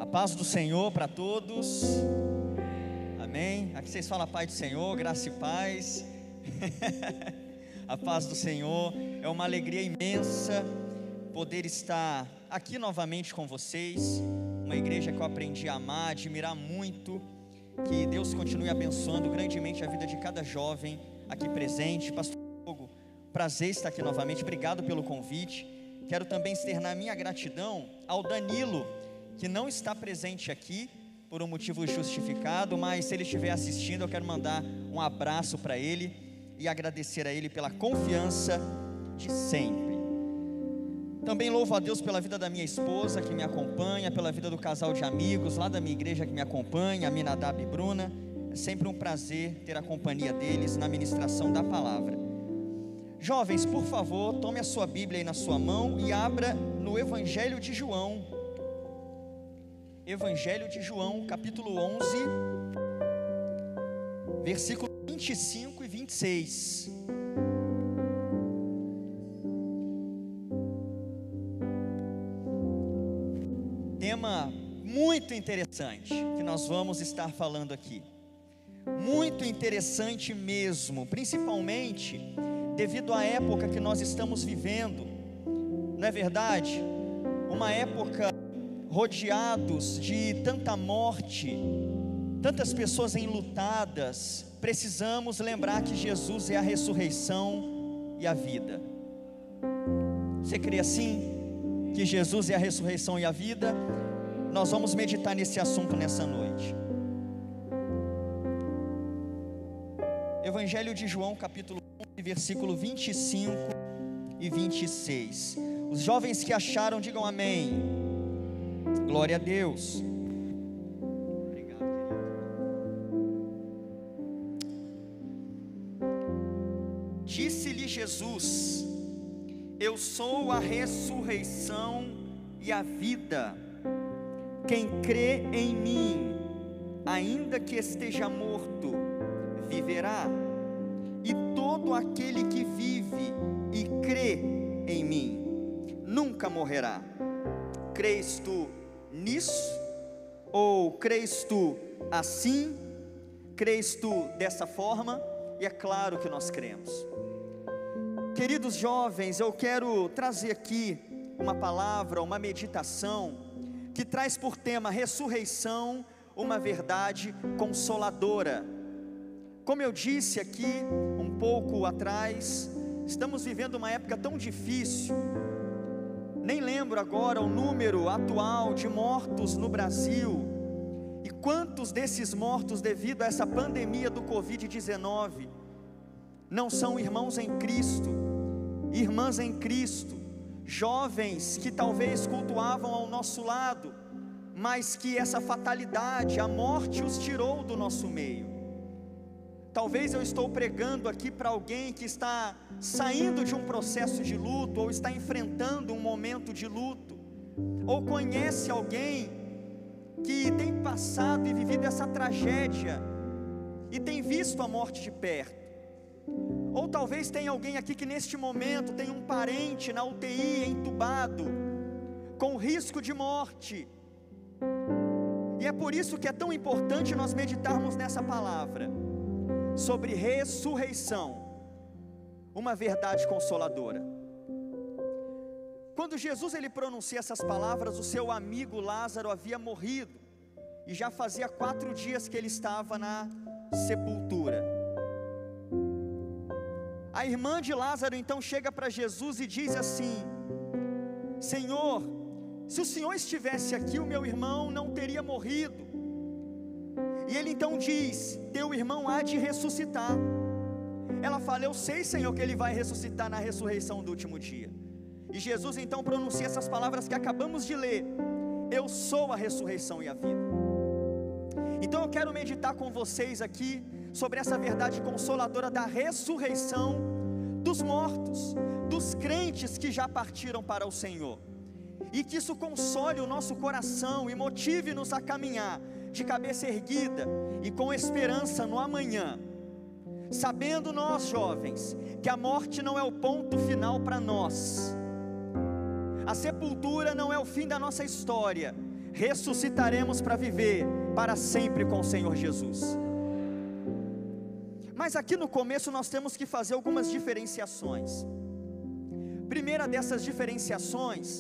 A paz do Senhor para todos, amém. Aqui vocês falam a paz do Senhor, graça e paz. A paz do Senhor, é uma alegria imensa poder estar aqui novamente com vocês. Uma igreja que eu aprendi a amar, admirar muito. Que Deus continue abençoando grandemente a vida de cada jovem aqui presente. Pastor Hugo, prazer estar aqui novamente, obrigado pelo convite. Quero também externar minha gratidão ao Danilo, que não está presente aqui por um motivo justificado, mas se ele estiver assistindo, eu quero mandar um abraço para ele e agradecer a ele pela confiança de sempre. Também louvo a Deus pela vida da minha esposa que me acompanha, pela vida do casal de amigos lá da minha igreja que me acompanha, Aminadab e Bruna. É sempre um prazer ter a companhia deles na ministração da palavra. Jovens, por favor, tome a sua Bíblia aí na sua mão e abra no Evangelho de João. Evangelho de João, capítulo 11, versículos 25 e 26. Tema muito interessante que nós vamos estar falando aqui. Muito interessante mesmo, principalmente devido à época que nós estamos vivendo. Não é verdade? Uma época rodeados de tanta morte, tantas pessoas enlutadas. Precisamos lembrar que Jesus é a ressurreição e a vida. Você crê assim? Que Jesus é a ressurreição e a vida? Nós vamos meditar nesse assunto nessa noite. Evangelho de João, capítulo 11, versículo 25 e 26. Os jovens que acharam, digam amém. Glória a Deus. Obrigado, querido. Disse-lhe Jesus: eu sou a ressurreição e a vida. Quem crê em mim, ainda que esteja morto, viverá. E todo aquele que vive e crê em mim, nunca morrerá. Crês tu nisso? Ou crês tu assim? Crês tu dessa forma? E é claro que nós cremos. Queridos jovens, eu quero trazer aqui uma palavra, uma meditação que traz por tema ressurreição, uma verdade consoladora. Como eu disse aqui um pouco atrás, estamos vivendo uma época tão difícil. Nem lembro agora o número atual de mortos no Brasil. E quantos desses mortos devido a essa pandemia do Covid-19 não são irmãos em Cristo, irmãs em Cristo, jovens que talvez cultuavam ao nosso lado, mas que essa fatalidade, a morte os tirou do nosso meio. Talvez eu estou pregando aqui para alguém que está saindo de um processo de luto, ou está enfrentando um momento de luto, ou conhece alguém que tem passado e vivido essa tragédia, e tem visto a morte de perto. Ou talvez tenha alguém aqui que neste momento tem um parente na UTI, entubado, com risco de morte. E é por isso que é tão importante nós meditarmos nessa palavra, sobre ressurreição, uma verdade consoladora. Quando Jesus ele pronuncia essas palavras, o seu amigo Lázaro havia morrido, e já fazia 4 dias que ele estava na sepultura. A irmã de Lázaro então chega para Jesus e diz assim: Senhor, se o Senhor estivesse aqui, o meu irmão não teria morrido. E ele então diz: teu irmão há de ressuscitar. Ela fala: eu sei, Senhor, que ele vai ressuscitar na ressurreição do último dia. E Jesus então pronuncia essas palavras que acabamos de ler: eu sou a ressurreição e a vida. Então eu quero meditar com vocês aqui sobre essa verdade consoladora da ressurreição dos mortos, dos crentes que já partiram para o Senhor, e que isso console o nosso coração e motive-nos a caminhar de cabeça erguida e com esperança no amanhã, sabendo nós jovens, que a morte não é o ponto final para nós, a sepultura não é o fim da nossa história, ressuscitaremos para viver para sempre com o Senhor Jesus. Mas aqui no começo nós temos que fazer algumas diferenciações. Primeira dessas diferenciações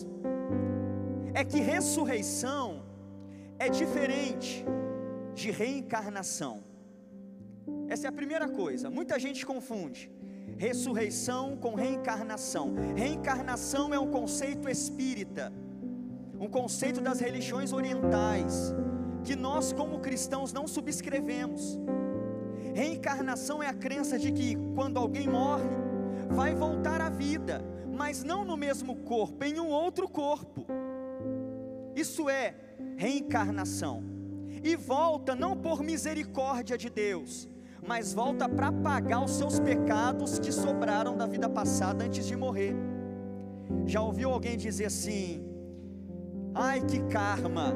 é que ressurreição é diferente de reencarnação. Essa é a primeira coisa. Muita gente confunde ressurreição com reencarnação. Reencarnação é um conceito espírita, um conceito das religiões orientais, que nós como cristãos não subscrevemos. Reencarnação é a crença de que quando alguém morre, vai voltar à vida, mas não no mesmo corpo, em um outro corpo. Isso é reencarnação. E volta não por misericórdia de Deus, mas volta para pagar os seus pecados que sobraram da vida passada antes de morrer. Já ouviu alguém dizer assim: ai, que karma?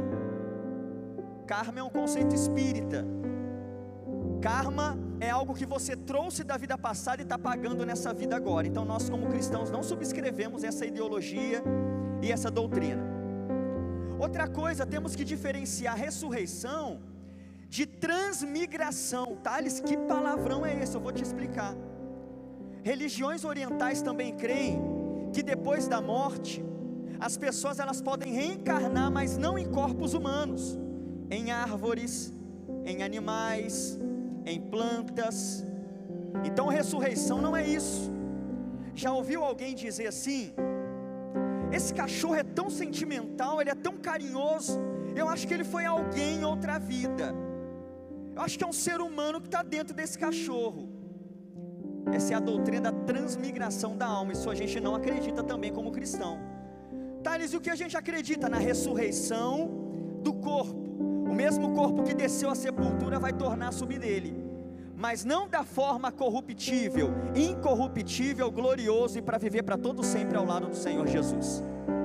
Karma é um conceito espírita. Karma é algo que você trouxe da vida passada e está pagando nessa vida agora. Então nós como cristãos não subscrevemos essa ideologia e essa doutrina. Outra coisa, temos que diferenciar ressurreição de transmigração. Thales, que palavrão é esse? Eu vou te explicar. Religiões orientais também creem que depois da morte, as pessoas elas podem reencarnar, mas não em corpos humanos, em árvores, em animais, em plantas. Então ressurreição não é isso. Já ouviu alguém dizer assim: esse cachorro é tão sentimental, ele é tão carinhoso, eu acho que ele foi alguém em outra vida, eu acho que é um ser humano que está dentro desse cachorro. Essa é a doutrina da transmigração da alma. Isso a gente não acredita também como cristão. Thales, o que a gente acredita? Na ressurreição do corpo. O mesmo corpo que desceu à sepultura vai tornar a subir dele, mas não da forma corruptível, incorruptível, glorioso e para viver para todo sempre ao lado do Senhor Jesus.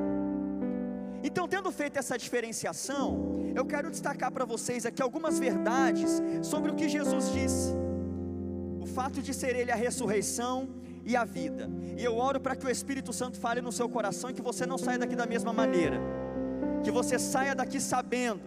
Então, tendo feito essa diferenciação, eu quero destacar para vocês aqui algumas verdades sobre o que Jesus disse, o fato de ser Ele a ressurreição e a vida. E eu oro para que o Espírito Santo fale no seu coração e que você não saia daqui da mesma maneira, que você saia daqui sabendo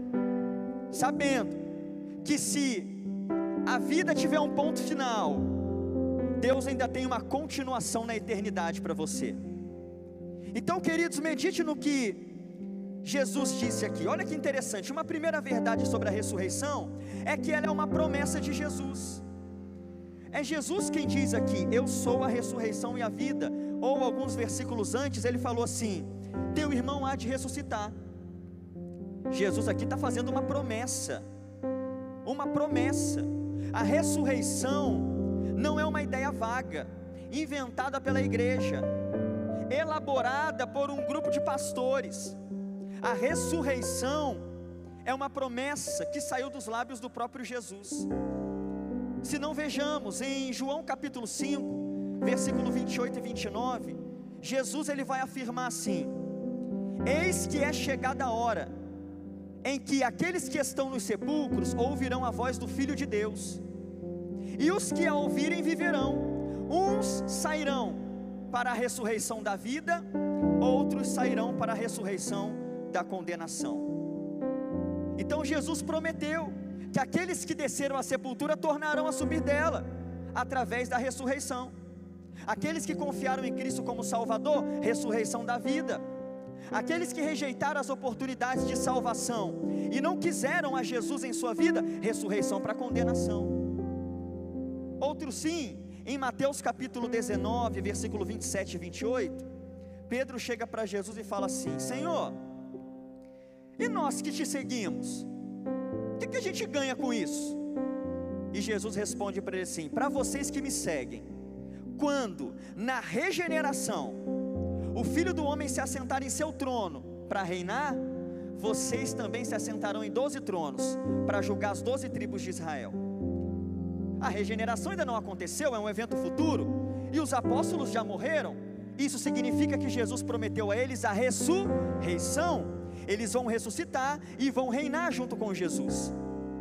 que se a vida tiver um ponto final, Deus ainda tem uma continuação na eternidade para você. Então, queridos, medite no que Jesus disse aqui. Olha que interessante. Uma primeira verdade sobre a ressurreição é que ela é uma promessa de Jesus. É Jesus quem diz aqui: eu sou a ressurreição e a vida. Ou alguns versículos antes ele falou assim: teu irmão há de ressuscitar. Jesus aqui está fazendo uma promessa. Uma promessa. A ressurreição não é uma ideia vaga, inventada pela igreja, elaborada por um grupo de pastores. A ressurreição é uma promessa que saiu dos lábios do próprio Jesus. Se não, vejamos em João capítulo 5, versículo 28 e 29, Jesus ele vai afirmar assim: eis que é chegada a hora em que aqueles que estão nos sepulcros ouvirão a voz do Filho de Deus, e os que a ouvirem viverão. Uns sairão para a ressurreição da vida, outros sairão para a ressurreição da condenação. Então Jesus prometeu que aqueles que desceram à sepultura tornarão a subir dela, através da ressurreição. Aqueles que confiaram em Cristo como Salvador, ressurreição da vida. Aqueles que rejeitaram as oportunidades de salvação e não quiseram a Jesus em sua vida, ressurreição para condenação. Outro sim, em Mateus capítulo 19, versículo 27 e 28, Pedro chega para Jesus e fala assim: Senhor, e nós que te seguimos, o que a gente ganha com isso? E Jesus responde para ele assim: para vocês que me seguem, quando na regeneração o Filho do Homem se assentar em seu trono para reinar, vocês também se assentarão em 12 tronos para julgar as 12 tribos de Israel. A regeneração ainda não aconteceu, é um evento futuro, e os apóstolos já morreram. Isso significa que Jesus prometeu a eles a ressurreição. Eles vão ressuscitar e vão reinar junto com Jesus.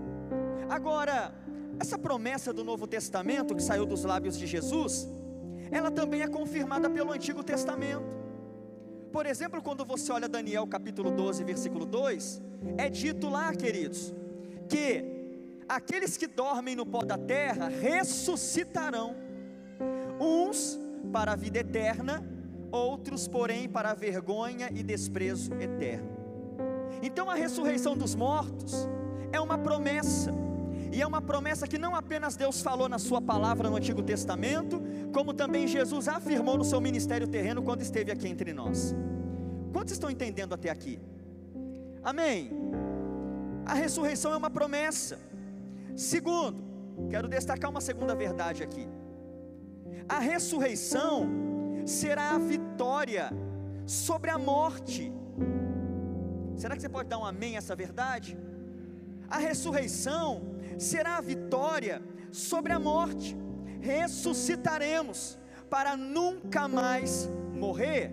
Agora, essa promessa do Novo Testamento que saiu dos lábios de Jesus, ela também é confirmada pelo Antigo Testamento. Por exemplo, quando você olha Daniel capítulo 12, versículo 2, é dito lá, queridos, que aqueles que dormem no pó da terra ressuscitarão, uns para a vida eterna, outros porém para a vergonha e desprezo eterno. Então a ressurreição dos mortos é uma promessa, e é uma promessa que não apenas Deus falou na sua palavra no Antigo Testamento, como também Jesus afirmou no seu ministério terreno quando esteve aqui entre nós. Quantos estão entendendo até aqui? Amém? A ressurreição é uma promessa. Segundo, quero destacar uma segunda verdade aqui. A ressurreição será a vitória sobre a morte. Será que você pode dar um amém a essa verdade? A ressurreição será a vitória sobre a morte. Ressuscitaremos para nunca mais morrer.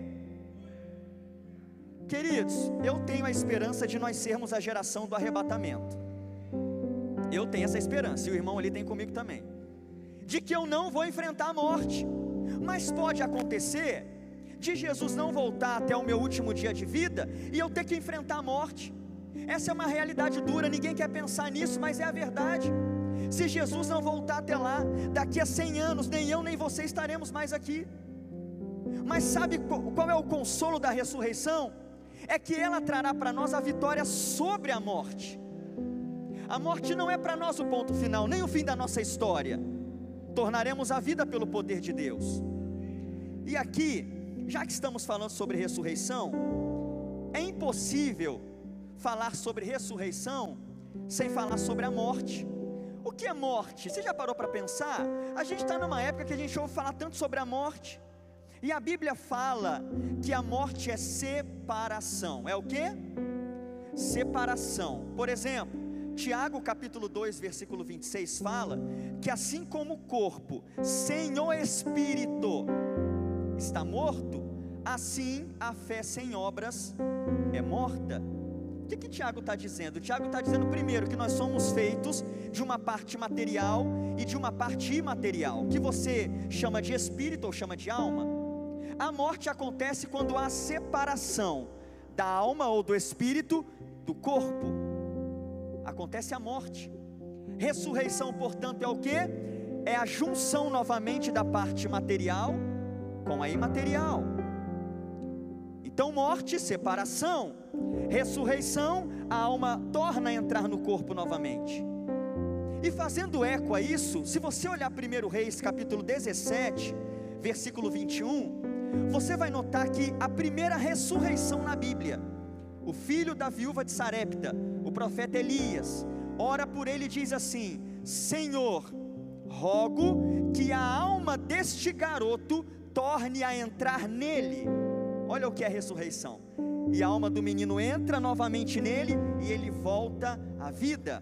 Queridos, eu tenho a esperança de nós sermos a geração do arrebatamento. Eu tenho essa esperança, e o irmão ali tem comigo também, de que eu não vou enfrentar a morte. Mas pode acontecer de Jesus não voltar até o meu último dia de vida e eu ter que enfrentar a morte. Essa é uma realidade dura, ninguém quer pensar nisso, mas é a verdade. Se Jesus não voltar até lá, daqui a 100 anos, nem eu nem você estaremos mais aqui. Mas sabe qual é o consolo da ressurreição? É que ela trará para nós a vitória sobre a morte. A morte não é para nós o ponto final, nem o fim da nossa história. Tornaremos a vida pelo poder de Deus. E aqui, já que estamos falando sobre ressurreição, é impossível falar sobre ressurreição sem falar sobre a morte. O que é morte? Você já parou para pensar? A gente está numa época que a gente ouve falar tanto sobre a morte, e a Bíblia fala que a morte é separação. É o que? Separação. Por exemplo, Tiago capítulo 2 versículo 26 fala que assim como o corpo sem o espírito está morto, assim a fé sem obras é morta. O que Tiago está dizendo? Tiago está dizendo primeiro que nós somos feitos de uma parte material e de uma parte imaterial, que você chama de espírito ou chama de alma. A morte acontece quando há separação da alma ou do espírito do corpo. Acontece a morte. Ressurreição, portanto, é o que? É a junção novamente da parte material com a imaterial. Então morte, separação. Ressurreição, a alma torna a entrar no corpo novamente. E fazendo eco a isso, se você olhar 1 Reis capítulo 17 versículo 21, você vai notar que a primeira ressurreição na Bíblia, o filho da viúva de Sarepta, o profeta Elias, ora por ele e diz assim: Senhor, rogo que a alma deste garoto torne a entrar nele. Olha o que é a ressurreição. E a alma do menino entra novamente nele e ele volta à vida.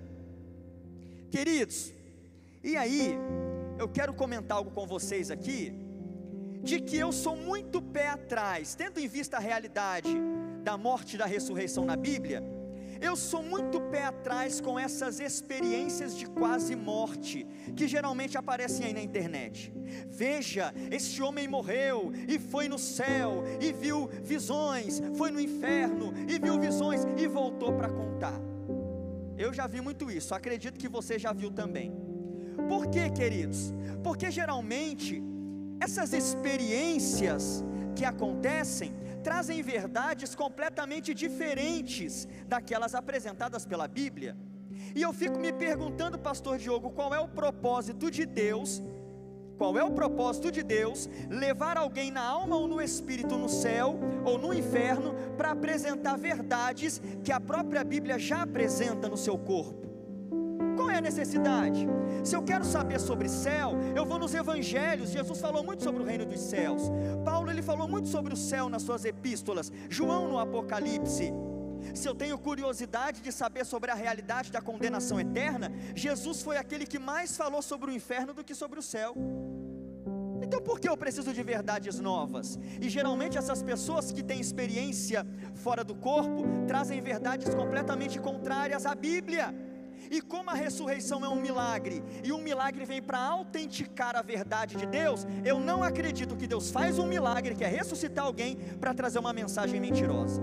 Queridos, e aí eu quero comentar algo com vocês aqui, de que eu sou muito pé atrás, tendo em vista a realidade da morte e da ressurreição na Bíblia. Eu sou muito pé atrás com essas experiências de quase morte, que geralmente aparecem aí na internet. Veja, este homem morreu, e foi no céu, e viu visões, foi no inferno, e viu visões, e voltou para contar. Eu já vi muito isso, acredito que você já viu também. Por quê, queridos? Porque geralmente, essas experiências que acontecem, trazem verdades completamente diferentes daquelas apresentadas pela Bíblia. E eu fico me perguntando, pastor Diogo, qual é o propósito de Deus? Qual é o propósito de Deus levar alguém na alma ou no espírito, no céu ou no inferno, para apresentar verdades que a própria Bíblia já apresenta no seu corpo? Qual é a necessidade? Se eu quero saber sobre céu, eu vou nos evangelhos. Jesus falou muito sobre o reino dos céus. Paulo, ele falou muito sobre o céu nas suas epístolas. João no Apocalipse. Se eu tenho curiosidade de saber sobre a realidade da condenação eterna, Jesus foi aquele que mais falou sobre o inferno do que sobre o céu. Então por que eu preciso de verdades novas? E geralmente essas pessoas que têm experiência fora do corpo, trazem verdades completamente contrárias à Bíblia. E como a ressurreição é um milagre, e um milagre vem para autenticar a verdade de Deus, eu não acredito que Deus faz um milagre, que é ressuscitar alguém, para trazer uma mensagem mentirosa.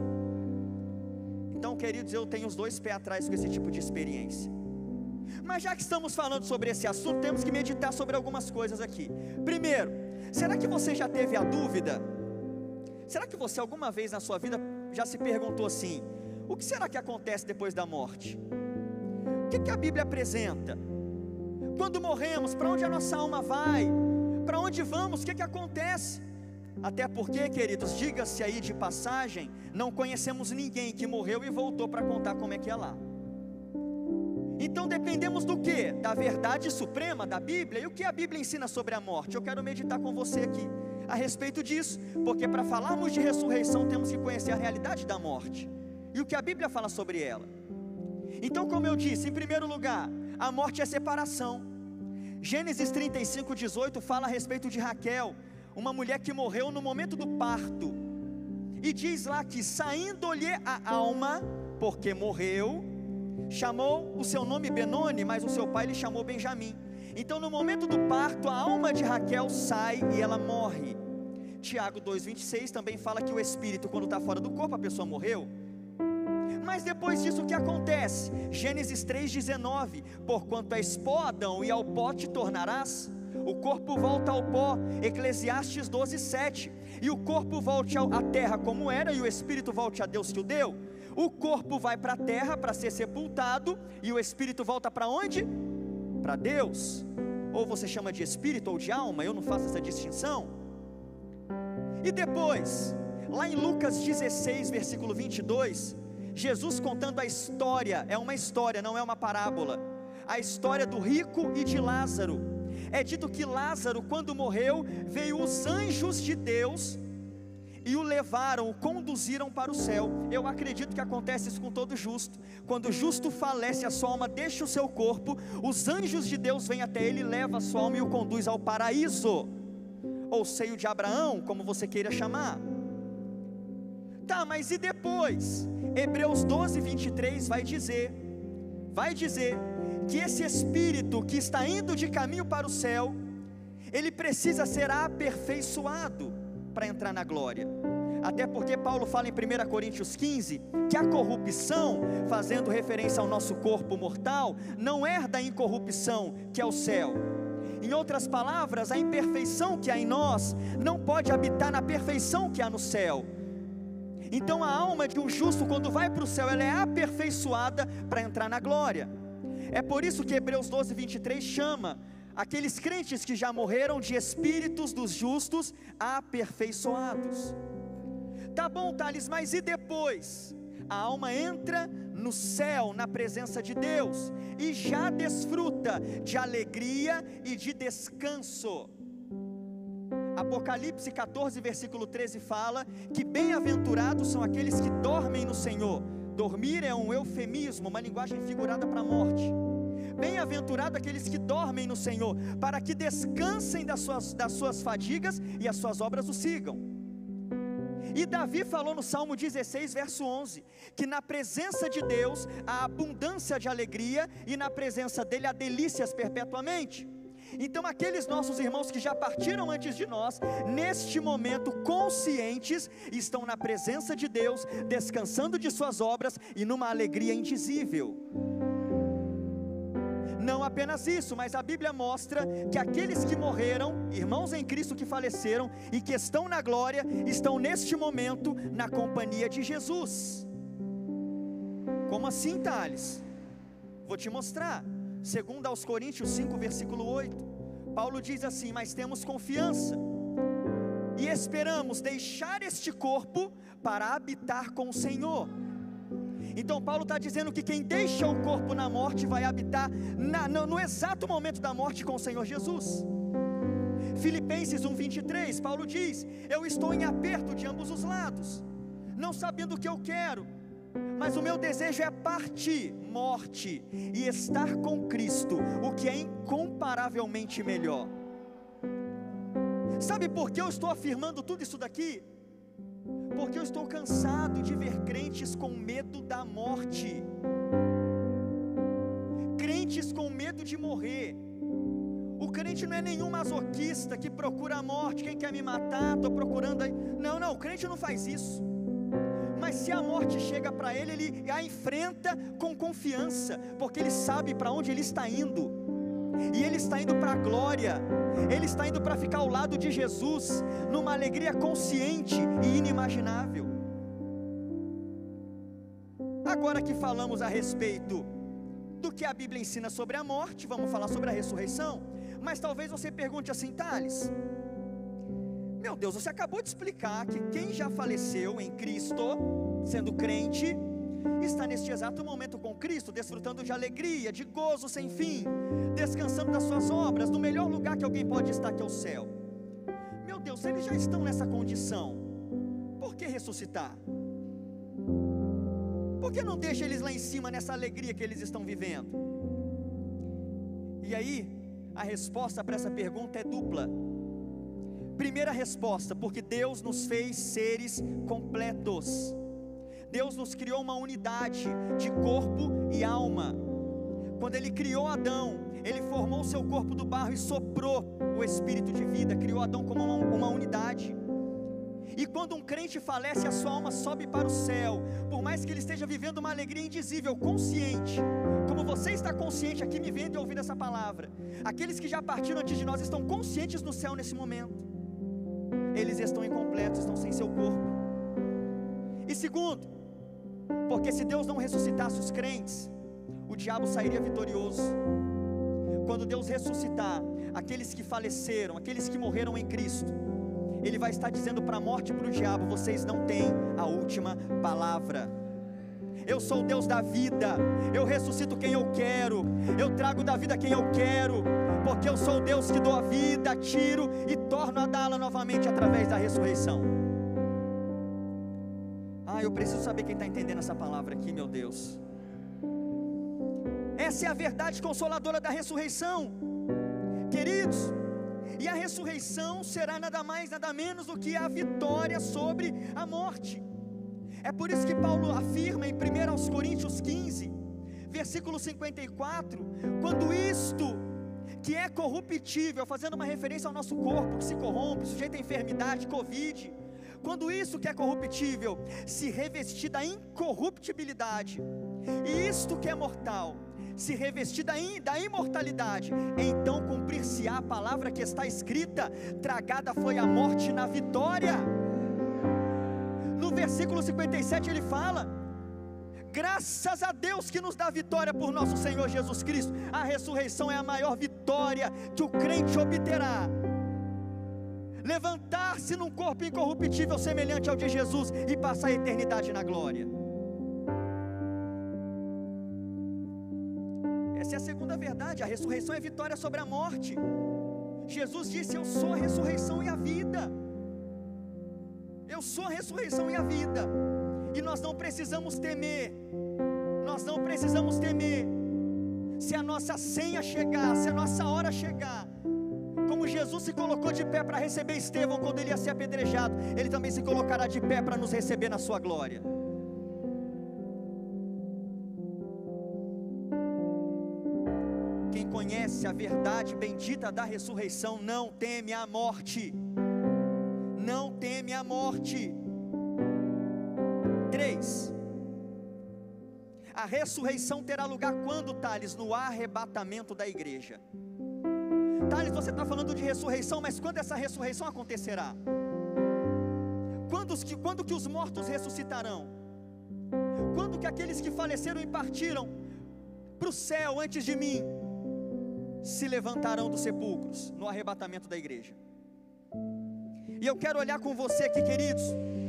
Então, queridos, eu tenho os dois pés atrás com esse tipo de experiência. Mas já que estamos falando sobre esse assunto, temos que meditar sobre algumas coisas aqui. Primeiro, será que você já teve a dúvida? Será que você alguma vez na sua vida já se perguntou assim: o que será que acontece depois da morte? O que a Bíblia apresenta? Quando morremos, para onde a nossa alma vai? Para onde vamos? O que acontece? Até porque, queridos, diga-se aí de passagem, não conhecemos ninguém que morreu e voltou para contar como é que é lá. Então dependemos do quê? Da verdade suprema da Bíblia. E o que a Bíblia ensina sobre a morte? Eu quero meditar com você aqui a respeito disso, porque para falarmos de ressurreição temos que conhecer a realidade da morte e o que a Bíblia fala sobre ela. Então, como eu disse, em primeiro lugar, a morte é separação. Gênesis 35:18 fala a respeito de Raquel, uma mulher que morreu no momento do parto, e diz lá que saindo-lhe a alma, porque morreu, chamou o seu nome Benoni, mas o seu pai lhe chamou Benjamim. Então no momento do parto, a alma de Raquel sai e ela morre. Tiago 2:26 também fala que o espírito, quando está fora do corpo, a pessoa morreu. Mas depois disso o que acontece? Gênesis 3:19, porquanto és pó, Adão, e ao pó te tornarás, o corpo volta ao pó. Eclesiastes 12:7, e o corpo volte à terra como era, e o espírito volte a Deus que o deu. O corpo vai para a terra para ser sepultado, e o espírito volta para onde? Para Deus. Ou você chama de espírito ou de alma, eu não faço essa distinção. E depois, lá em Lucas 16, versículo 22, Jesus contando a história, é uma história, não é uma parábola, a história do rico e de Lázaro. É dito que Lázaro, quando morreu, veio os anjos de Deus e o levaram, o conduziram para o céu. Eu acredito que acontece isso com todo justo. Quando o justo falece, a sua alma deixa o seu corpo, os anjos de Deus vêm até ele, levam a sua alma e o conduz ao paraíso, ou seio de Abraão, como você queira chamar. Tá, mas e depois? Hebreus 12:23 vai dizer que esse espírito que está indo de caminho para o céu, ele precisa ser aperfeiçoado para entrar na glória. Até porque Paulo fala em 1 Coríntios 15, que a corrupção, fazendo referência ao nosso corpo mortal, não herda a incorrupção, que é o céu. Em outras palavras, a imperfeição que há em nós, não pode habitar na perfeição que há no céu. Então a alma de um justo, quando vai para o céu, ela é aperfeiçoada para entrar na glória. É por isso que Hebreus 12:23 chama aqueles crentes que já morreram de espíritos dos justos aperfeiçoados. Tá bom, Thales, mas e depois? A alma entra no céu, na presença de Deus, e já desfruta de alegria e de descanso. Apocalipse 14, versículo 13 fala que bem-aventurados são aqueles que dormem no Senhor. Dormir é um eufemismo, uma linguagem figurada para a morte. Bem-aventurado aqueles que dormem no Senhor, para que descansem das suas fadigas e as suas obras o sigam. E Davi falou no Salmo 16, verso 11, que na presença de Deus há abundância de alegria, e na presença dele há delícias perpetuamente. Então aqueles nossos irmãos que já partiram antes de nós, neste momento conscientes, estão na presença de Deus, descansando de suas obras e numa alegria indizível. Não apenas isso, mas a Bíblia mostra que aqueles que morreram, irmãos em Cristo que faleceram e que estão na glória, estão neste momento na companhia de Jesus. Como assim, Thales? Vou te mostrar. Segundo aos Coríntios 5, versículo 8, Paulo diz assim: mas temos confiança e esperamos deixar este corpo para habitar com o Senhor. Então Paulo está dizendo que quem deixa o corpo na morte vai habitar no exato momento da morte com o Senhor Jesus. Filipenses 1:23, Paulo diz: eu estou em aperto de ambos os lados, não sabendo o que eu quero, mas o meu desejo é partir, morte, e estar com Cristo, o que é incomparavelmente melhor. Sabe por que eu estou afirmando tudo isso daqui? Porque eu estou cansado de ver crentes com medo da morte, morrer. O crente não é nenhum masoquista que procura a morte. Quem quer me matar? Estou procurando aí. Não, o crente não faz isso. Mas se a morte chega para ele, ele a enfrenta com confiança, porque ele sabe para onde ele está indo. E ele está indo para a glória. Ele está indo para ficar ao lado de Jesus, numa alegria consciente e inimaginável. Agora que falamos a respeito do que a Bíblia ensina sobre a morte, vamos falar sobre a ressurreição. Mas talvez você pergunte assim: Thales, meu Deus, você acabou de explicar que quem já faleceu em Cristo, sendo crente, está neste exato momento com Cristo, desfrutando de alegria, de gozo sem fim, descansando das suas obras, no melhor lugar que alguém pode estar, que é o céu. Meu Deus, se eles já estão nessa condição, por que ressuscitar? Por que não deixa eles lá em cima, nessa alegria que eles estão vivendo? E aí, a resposta para essa pergunta é dupla. Primeira resposta: porque Deus nos fez seres completos. Deus nos criou uma unidade de corpo e alma. Quando Ele criou Adão, Ele formou o seu corpo do barro e soprou o espírito de vida, criou Adão como uma unidade. E quando um crente falece, a sua alma sobe para o céu, por mais que ele esteja vivendo uma alegria indizível, consciente, como você está consciente aqui me vendo e ouvindo essa palavra. Aqueles que já partiram antes de nós estão conscientes no céu nesse momento. Eles estão incompletos, estão sem seu corpo. E segundo, porque se Deus não ressuscitasse os crentes, o diabo sairia vitorioso. Quando Deus ressuscitar aqueles que faleceram, aqueles que morreram em Cristo, Ele vai estar dizendo para a morte e para o diabo: vocês não têm a última palavra. Eu sou o Deus da vida, eu ressuscito quem eu quero, eu trago da vida quem eu quero, porque eu sou o Deus que dou a vida, tiro e torno a dá-la novamente através da ressurreição. Eu preciso saber quem está entendendo essa palavra aqui, meu Deus. Essa é a verdade consoladora da ressurreição, queridos. E a ressurreição será nada mais, nada menos do que a vitória sobre a morte. É por isso que Paulo afirma em 1 Coríntios 15, versículo 54, quando isto que é corruptível, fazendo uma referência ao nosso corpo que se corrompe, sujeito à enfermidade, Covid, quando isso que é corruptível se revestir da incorruptibilidade, e isto que é mortal se revestir da imortalidade, então cumprir-se-á a palavra que está escrita: tragada foi a morte na vitória. No versículo 57 ele fala: graças a Deus que nos dá vitória por nosso Senhor Jesus Cristo. A ressurreição é a maior vitória que o crente obterá. Levantar-se num corpo incorruptível semelhante ao de Jesus e passar a eternidade na glória. Essa é a segunda verdade. A ressurreição é vitória sobre a morte. Jesus disse: eu sou a ressurreição e a vida. Eu sou a ressurreição e a vida. E nós não precisamos temer. Nós não precisamos temer. Se a nossa senha chegar, se a nossa hora chegar, como Jesus se colocou de pé para receber Estevão quando ele ia ser apedrejado, Ele também se colocará de pé para nos receber na sua glória. Quem conhece a verdade bendita da ressurreição não teme a morte. Não teme a morte. 3. A ressurreição terá lugar quando, Thales? No arrebatamento da igreja. Thales, você está falando de ressurreição, mas quando essa ressurreição acontecerá? Quando que os mortos ressuscitarão? Quando que aqueles que faleceram e partiram para o céu antes de mim se levantarão dos sepulcros? No arrebatamento da igreja. E eu quero olhar com você aqui, queridos,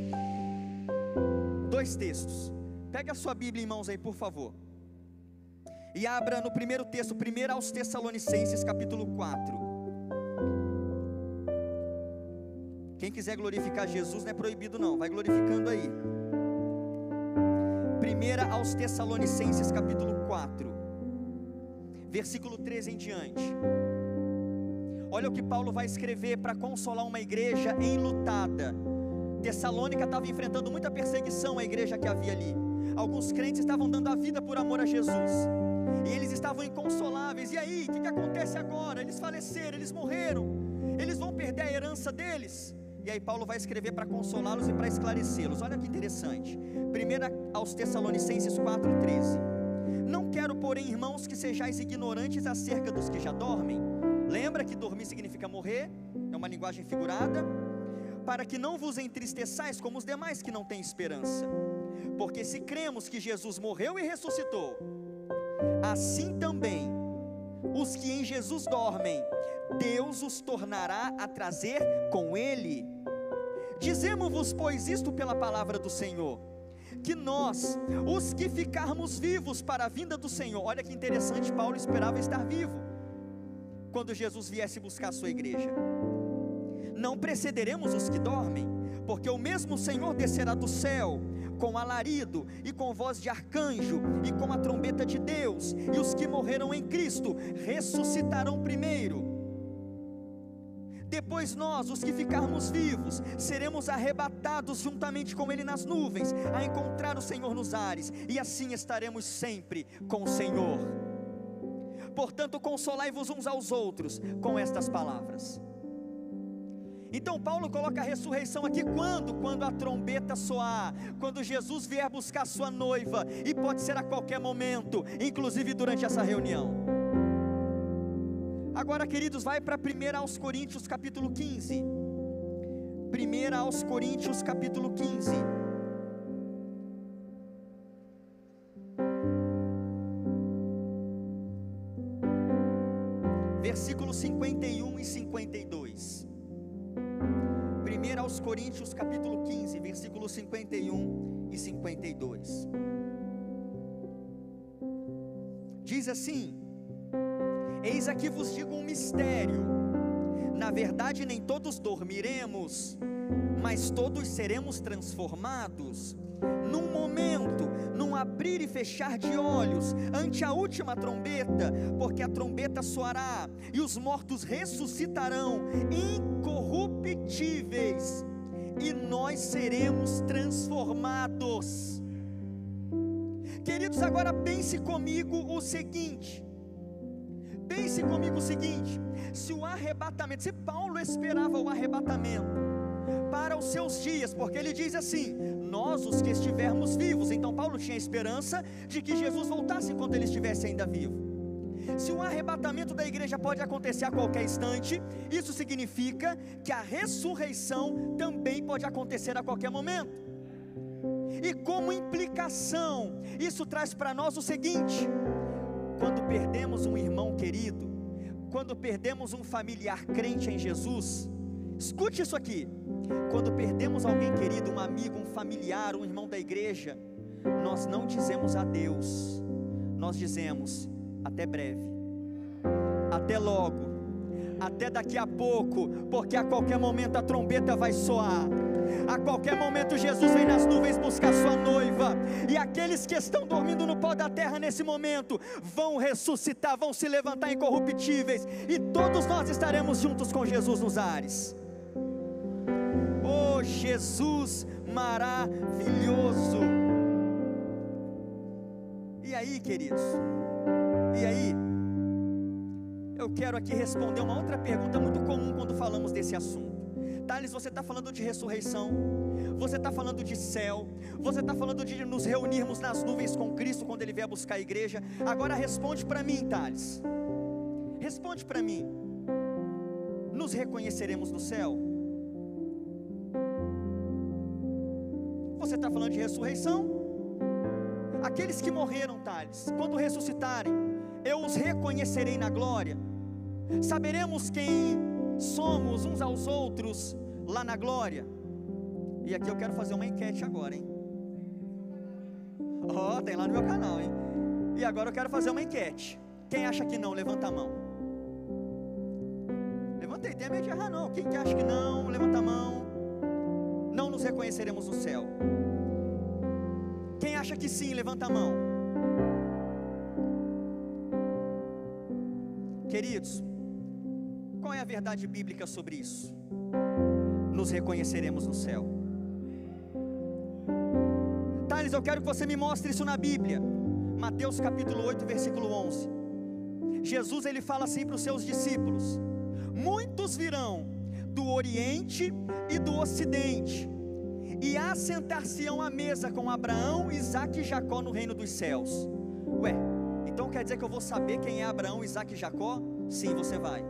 2 textos. Pega a sua Bíblia em mãos aí, por favor, e abra no primeiro texto, 1 aos Tessalonicenses, capítulo 4. Quem quiser glorificar Jesus não é proibido não, vai glorificando aí. 1 aos Tessalonicenses, capítulo 4, versículo 13 em diante. Olha o que Paulo vai escrever para consolar uma igreja enlutada. Tessalônica estava enfrentando muita perseguição, a igreja que havia ali. Alguns crentes estavam dando a vida por amor a Jesus. e eles estavam inconsoláveis. E aí, o que acontece agora? Eles faleceram, eles morreram, eles vão perder a herança deles. E aí Paulo vai escrever para consolá-los e para esclarecê-los. Olha que interessante, 1 aos Tessalonicenses 4,13: não quero, porém, irmãos, que sejais ignorantes acerca dos que já dormem. Lembra que dormir significa morrer, é uma linguagem figurada. Para que não vos entristeçais como os demais que não têm esperança. Porque se cremos que Jesus morreu e ressuscitou, assim também os que em Jesus dormem, Deus os tornará a trazer com Ele. Dizemos-vos, pois, isto pela palavra do Senhor, que nós, os que ficarmos vivos para a vinda do Senhor. Olha que interessante, Paulo esperava estar vivo quando Jesus viesse buscar a sua igreja. Não precederemos os que dormem, porque o mesmo Senhor descerá do céu, com alarido, e com voz de arcanjo, e com a trombeta de Deus, e os que morreram em Cristo, ressuscitarão primeiro. Depois nós, os que ficarmos vivos, seremos arrebatados juntamente com Ele nas nuvens, a encontrar o Senhor nos ares, e assim estaremos sempre com o Senhor. Portanto, consolai-vos uns aos outros, com estas palavras. Então Paulo coloca a ressurreição aqui quando a trombeta soar, quando Jesus vier buscar sua noiva, e pode ser a qualquer momento, inclusive durante essa reunião. Agora, queridos, vai para 1 aos Coríntios capítulo 15, 1 aos Coríntios capítulo 15, versículos 51 e 52. 1 aos Coríntios capítulo 15, versículos 51 e 52. Diz assim: eis aqui vos digo um mistério, na verdade nem todos dormiremos, mas todos seremos transformados, num momento, num abrir e fechar de olhos, ante a última trombeta, porque a trombeta soará, e os mortos ressuscitarão, incorruptíveis, e nós seremos transformados. Queridos, agora pense comigo o seguinte, se o arrebatamento, se Paulo esperava o arrebatamento para os seus dias, porque ele diz assim: nós os que estivermos vivos. Então Paulo tinha esperança de que Jesus voltasse enquanto ele estivesse ainda vivo. Se o arrebatamento da igreja pode acontecer a qualquer instante, isso significa que a ressurreição também pode acontecer a qualquer momento. E como implicação, isso traz para nós o seguinte: quando perdemos um irmão querido, quando perdemos um familiar crente em Jesus, escute isso aqui, quando perdemos alguém querido, um amigo, um familiar, um irmão da igreja, nós não dizemos adeus, nós dizemos até breve, até logo, até daqui a pouco, porque a qualquer momento a trombeta vai soar, a qualquer momento Jesus vem nas nuvens buscar sua noiva, e aqueles que estão dormindo no pó da terra nesse momento, vão ressuscitar, vão se levantar incorruptíveis, e todos nós estaremos juntos com Jesus nos ares. Oh, Jesus maravilhoso! E aí, queridos, e aí, eu quero aqui responder uma outra pergunta muito comum quando falamos desse assunto. Thales, você está falando de ressurreição, você está falando de céu, você está falando de nos reunirmos nas nuvens com Cristo quando Ele vier buscar a igreja. Agora responde para mim, Thales, responde para mim: nos reconheceremos no céu? Você está falando de ressurreição? Aqueles que morreram, Thales, quando ressuscitarem, eu os reconhecerei na glória. Saberemos quem somos uns aos outros lá na glória. E aqui eu quero fazer uma enquete agora, hein? Ó, tem lá no meu canal, hein? E agora eu quero fazer uma enquete. Quem acha que não, levanta a mão. Levantei, tem medo de errar não. Quem que acha que não, levanta a mão. Não nos reconheceremos no céu. Quem acha que sim, levanta a mão. Queridos, qual é a verdade bíblica sobre isso? Nos reconheceremos no céu. Thales, eu quero que você me mostre isso na Bíblia. Mateus capítulo 8, versículo 11. Jesus ele fala assim para os seus discípulos: muitos virão do Oriente e do Ocidente, e assentar-se-ão à mesa com Abraão, Isaque e Jacó no reino dos céus. Ué, então quer dizer que eu vou saber quem é Abraão, Isaque e Jacó? Sim, você vai.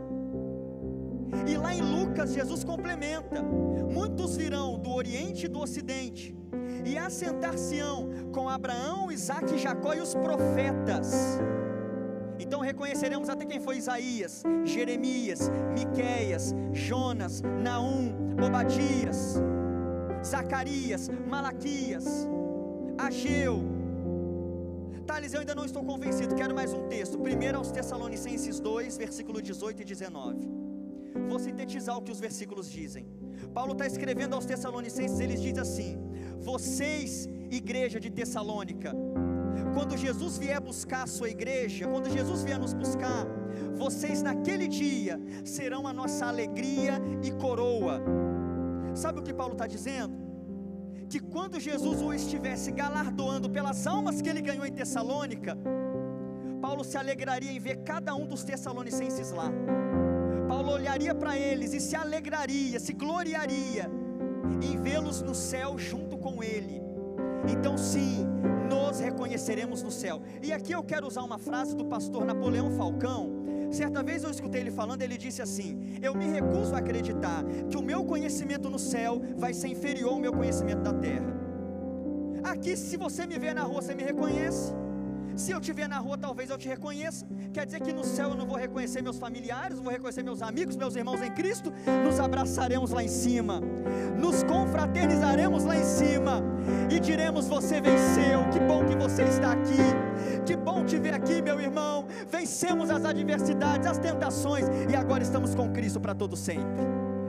E lá em Lucas, Jesus complementa: muitos virão do Oriente e do Ocidente, e assentar-se-ão com Abraão, Isaque e Jacó e os profetas. Então reconheceremos até quem foi Isaías, Jeremias, Miqueias, Jonas, Naum, Obadias, Zacarias, Malaquias, Ageu. Thales, eu ainda não estou convencido, quero mais um texto. 1 aos Tessalonicenses 2, versículo 18 e 19. Vou sintetizar o que os versículos dizem. Paulo está escrevendo aos Tessalonicenses, ele diz assim: vocês, igreja de Tessalônica, quando Jesus vier buscar a sua igreja, quando Jesus vier nos buscar, vocês naquele dia serão a nossa alegria e coroa. Sabe o que Paulo está dizendo? Que quando Jesus o estivesse galardoando pelas almas que ele ganhou em Tessalônica, Paulo se alegraria em ver cada um dos tessalonicenses lá. Paulo olharia para eles e se alegraria, se gloriaria em vê-los no céu junto com ele. Então sim, nos reconheceremos no céu. E aqui eu quero usar uma frase do pastor Napoleão Falcão. Certa vez eu escutei ele falando, ele disse assim: eu me recuso a acreditar que o meu conhecimento no céu vai ser inferior ao meu conhecimento da terra. Aqui, se você me ver na rua, você me reconhece. Se eu te ver na rua, talvez eu te reconheça. Quer dizer que no céu eu não vou reconhecer meus familiares, não vou reconhecer meus amigos, meus irmãos em Cristo. Nos abraçaremos lá em cima, nos confraternizaremos lá em cima e diremos: você venceu, que bom que você está aqui, que bom te ver aqui, meu irmão. Vencemos as adversidades, as tentações, e agora estamos com Cristo para todo sempre.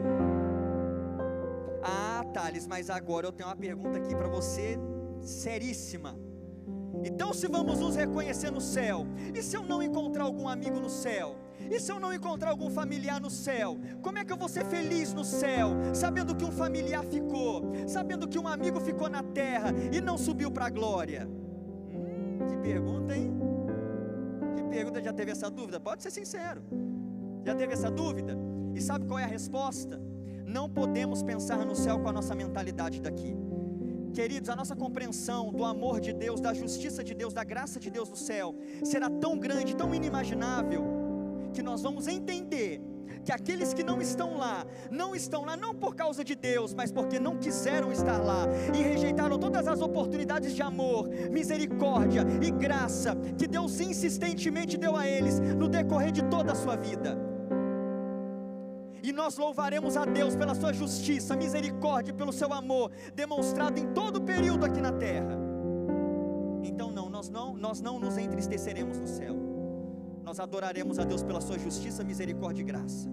Ah, Thales, mas agora eu tenho uma pergunta aqui para você, seríssima. Então, se vamos nos reconhecer no céu, e se eu não encontrar algum amigo no céu? E se eu não encontrar algum familiar no céu? Como é que eu vou ser feliz no céu, sabendo que um familiar ficou, sabendo que um amigo ficou na terra e não subiu para a glória? Que pergunta, hein? Que pergunta, já teve essa dúvida? Pode ser sincero, já teve essa dúvida? E sabe qual é a resposta? Não podemos pensar no céu com a nossa mentalidade daqui. Queridos, a nossa compreensão do amor de Deus, da justiça de Deus, da graça de Deus no céu, será tão grande, tão inimaginável, que nós vamos entender que aqueles que não estão lá não por causa de Deus, mas porque não quiseram estar lá, e rejeitaram todas as oportunidades de amor, misericórdia e graça, que Deus insistentemente deu a eles, no decorrer de toda a sua vida. E nós louvaremos a Deus pela sua justiça, misericórdia, pelo seu amor, demonstrado em todo o período aqui na terra. Então nós não nos entristeceremos no céu. Nós adoraremos a Deus pela sua justiça, misericórdia e graça.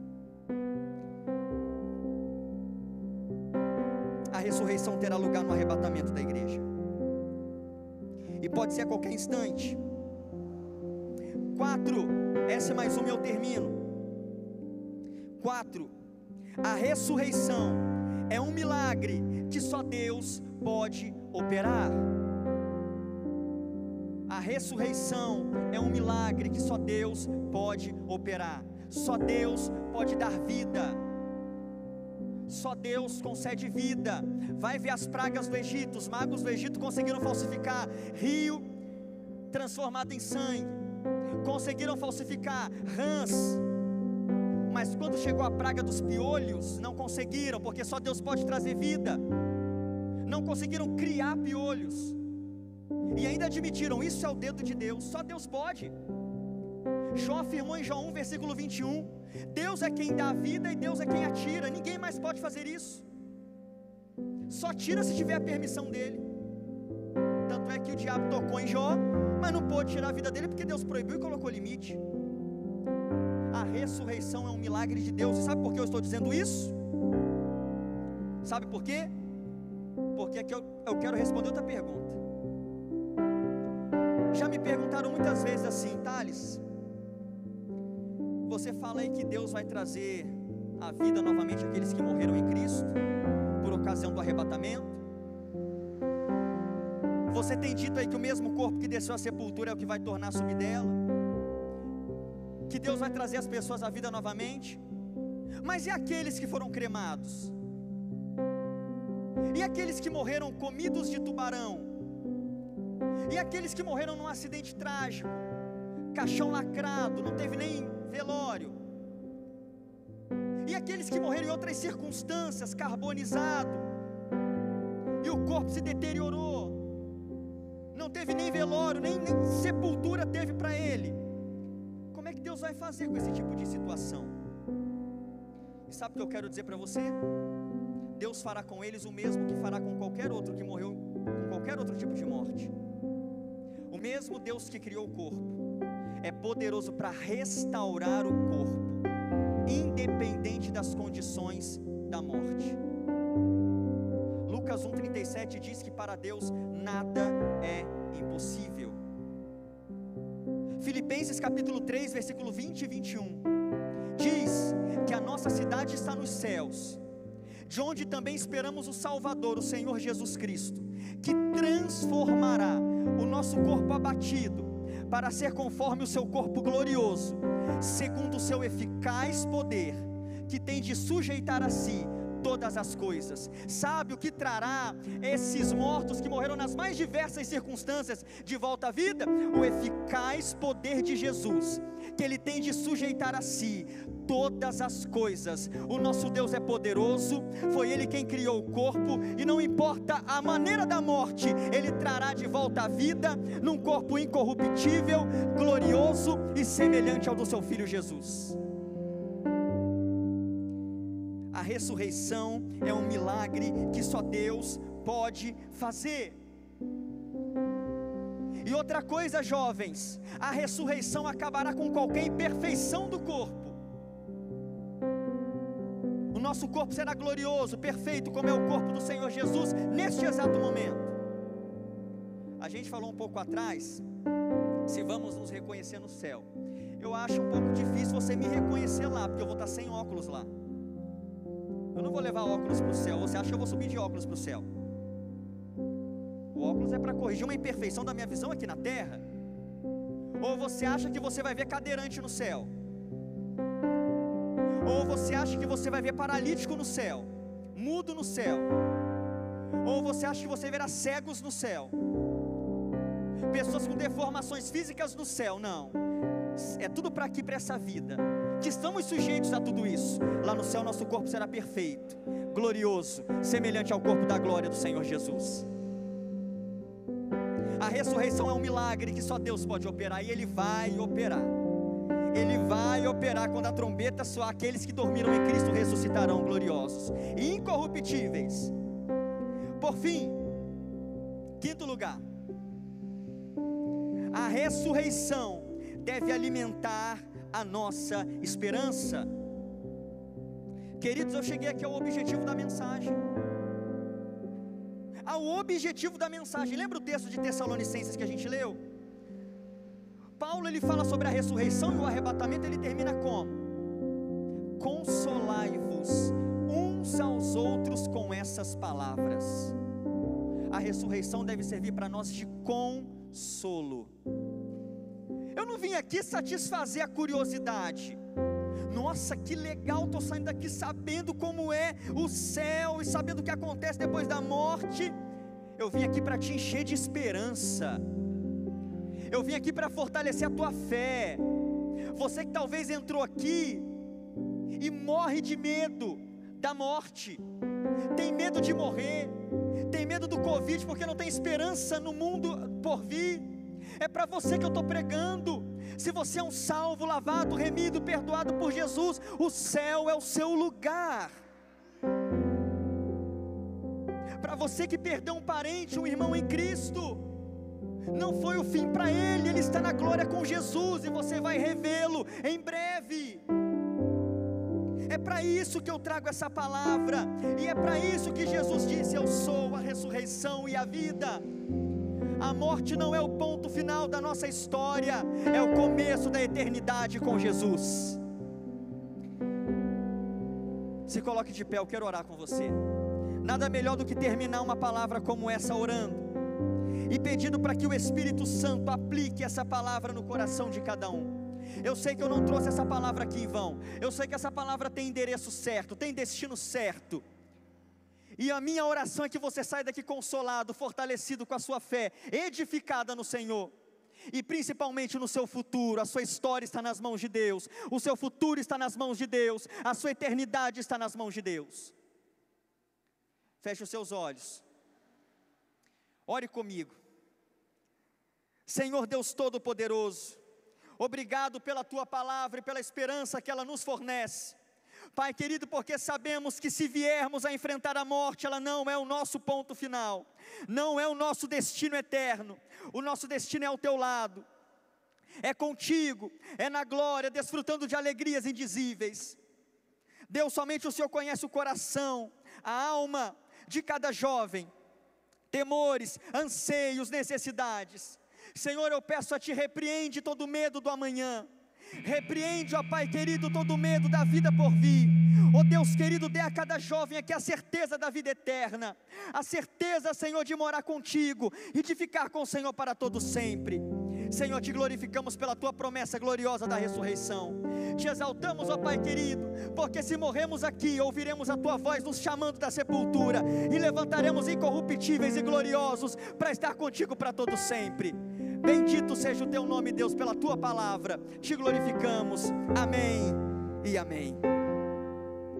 A ressurreição terá lugar no arrebatamento da igreja, e pode ser a qualquer instante. 4, essa é mais uma e eu termino. 4, a ressurreição é um milagre que só Deus pode operar. A ressurreição é um milagre que só Deus pode operar. Só Deus pode dar vida. Só Deus concede vida. Vai ver as pragas do Egito. Os magos do Egito conseguiram falsificar rio transformado em sangue, conseguiram falsificar rãs, mas quando chegou a praga dos piolhos, não conseguiram, porque só Deus pode trazer vida. Não conseguiram criar piolhos, e ainda admitiram: isso é o dedo de Deus, só Deus pode. Jó afirmou em Jó 1, versículo 21, Deus é quem dá a vida e Deus é quem atira, ninguém mais pode fazer isso. Só tira se tiver a permissão dele. Tanto é que o diabo tocou em Jó, mas não pôde tirar a vida dele, porque Deus proibiu e colocou limite. A ressurreição é um milagre de Deus. E sabe por que eu estou dizendo isso? Sabe por quê? Porque aqui eu quero responder outra pergunta. Já me perguntaram muitas vezes assim: Thales, você fala aí que Deus vai trazer a vida novamente àqueles que morreram em Cristo, por ocasião do arrebatamento. Você tem dito aí que o mesmo corpo que desceu à sepultura é o que vai tornar a subir dela, que Deus vai trazer as pessoas à vida novamente. Mas e aqueles que foram cremados? E aqueles que morreram comidos de tubarão? E aqueles que morreram num acidente trágico, caixão lacrado, não teve nem velório? E aqueles que morreram em outras circunstâncias, carbonizado, e o corpo se deteriorou, não teve nem velório, nem sepultura teve para ele? Como é que Deus vai fazer com esse tipo de situação? E sabe o que eu quero dizer para você? Deus fará com eles o mesmo que fará com qualquer outro que morreu com qualquer outro tipo de morte. O mesmo Deus que criou o corpo é poderoso para restaurar o corpo, independente das condições da morte. Lucas 1,37 diz que para Deus nada é impossível. Filipenses capítulo 3, versículo 20 e 21 diz que a nossa cidade está nos céus, de onde também esperamos o Salvador, o Senhor Jesus Cristo, que transformará o nosso corpo abatido para ser conforme o seu corpo glorioso, segundo o seu eficaz poder, que tem de sujeitar a si todas as coisas. Sabe o que trará esses mortos que morreram nas mais diversas circunstâncias de volta à vida? O eficaz poder de Jesus, que Ele tem de sujeitar a si todas as coisas. O nosso Deus é poderoso, foi Ele quem criou o corpo, e não importa a maneira da morte, Ele trará de volta a vida, num corpo incorruptível, glorioso e semelhante ao do seu Filho Jesus. A ressurreição é um milagre que só Deus pode fazer. E outra coisa, jovens, a ressurreição acabará com qualquer imperfeição do corpo. O nosso corpo será glorioso, perfeito, como é o corpo do Senhor Jesus, neste exato momento. A gente falou um pouco atrás, se vamos nos reconhecer no céu. Eu acho um pouco difícil você me reconhecer lá, porque eu vou estar sem óculos lá. Eu não vou levar óculos para o céu. Você acha que eu vou subir de óculos para o céu? O óculos é para corrigir uma imperfeição da minha visão aqui na terra. Ou você acha que você vai ver cadeirante no céu? Ou você acha que você vai ver paralítico no céu, mudo no céu? Ou você acha que você verá cegos no céu, pessoas com deformações físicas no céu? Não, é tudo para aqui, para essa vida, que estamos sujeitos a tudo isso. Lá no céu nosso corpo será perfeito, glorioso, semelhante ao corpo da glória do Senhor Jesus. A ressurreição é um milagre que só Deus pode operar, e Ele vai operar. Ele vai operar quando a trombeta soar. Aqueles que dormiram em Cristo ressuscitarão gloriosos e incorruptíveis. Por fim, quinto lugar, a ressurreição deve alimentar a nossa esperança. Queridos, eu cheguei aqui ao objetivo da mensagem. Ao objetivo da mensagem. Lembra o texto de Tessalonicenses que a gente leu? Paulo, ele fala sobre a ressurreição e o arrebatamento. Ele termina como? Consolai-vos uns aos outros com essas palavras. A ressurreição deve servir para nós de consolo. Eu não vim aqui satisfazer a curiosidade. Nossa, que legal, estou saindo daqui sabendo como é o céu e sabendo o que acontece depois da morte. Eu vim aqui para te encher de esperança. Eu vim aqui para fortalecer a tua fé. Você que talvez entrou aqui e morre de medo da morte, tem medo de morrer, tem medo do Covid porque não tem esperança no mundo por vir. É para você que eu estou pregando. Se você é um salvo, lavado, remido, perdoado por Jesus, o céu é o seu lugar. Para você que perdeu um parente, um irmão em Cristo, não foi o fim para ele, ele está na glória com Jesus e você vai revê-lo em breve. É para isso que eu trago essa palavra, e é para isso que Jesus disse: eu sou a ressurreição e a vida. A morte não é o ponto final da nossa história, é o começo da eternidade com Jesus. Se coloque de pé, eu quero orar com você. Nada melhor do que terminar uma palavra como essa orando. e pedindo para que o Espírito Santo aplique essa palavra no coração de cada um. Eu sei que eu não trouxe essa palavra aqui em vão, eu sei que essa palavra tem endereço certo, tem destino certo, e a minha oração é que você saia daqui consolado, fortalecido com a sua fé, edificada no Senhor, e principalmente no seu futuro. A sua história está nas mãos de Deus, o seu futuro está nas mãos de Deus, a sua eternidade está nas mãos de Deus. Feche os seus olhos, ore comigo. Senhor Deus Todo-Poderoso, obrigado pela Tua palavra e pela esperança que ela nos fornece. Pai querido, porque sabemos que se viermos a enfrentar a morte, ela não é o nosso ponto final, não é o nosso destino eterno. O nosso destino é ao Teu lado, é contigo, é na glória, desfrutando de alegrias indizíveis. Deus, somente o Senhor conhece o coração, a alma de cada jovem, temores, anseios, necessidades. Senhor, eu peço a Ti, repreende todo medo do amanhã, repreende, ó Pai querido, todo medo da vida por vir. Ó Deus querido, dê a cada jovem aqui a certeza da vida eterna, a certeza, Senhor, de morar contigo e de ficar com o Senhor para todo sempre. Senhor, Te glorificamos pela Tua promessa gloriosa da ressurreição. Te exaltamos, ó Pai querido, porque se morremos aqui, ouviremos a Tua voz nos chamando da sepultura, e levantaremos incorruptíveis e gloriosos para estar contigo para todo sempre. Bendito seja o Teu nome, Deus, pela Tua palavra. Te glorificamos. Amém e amém.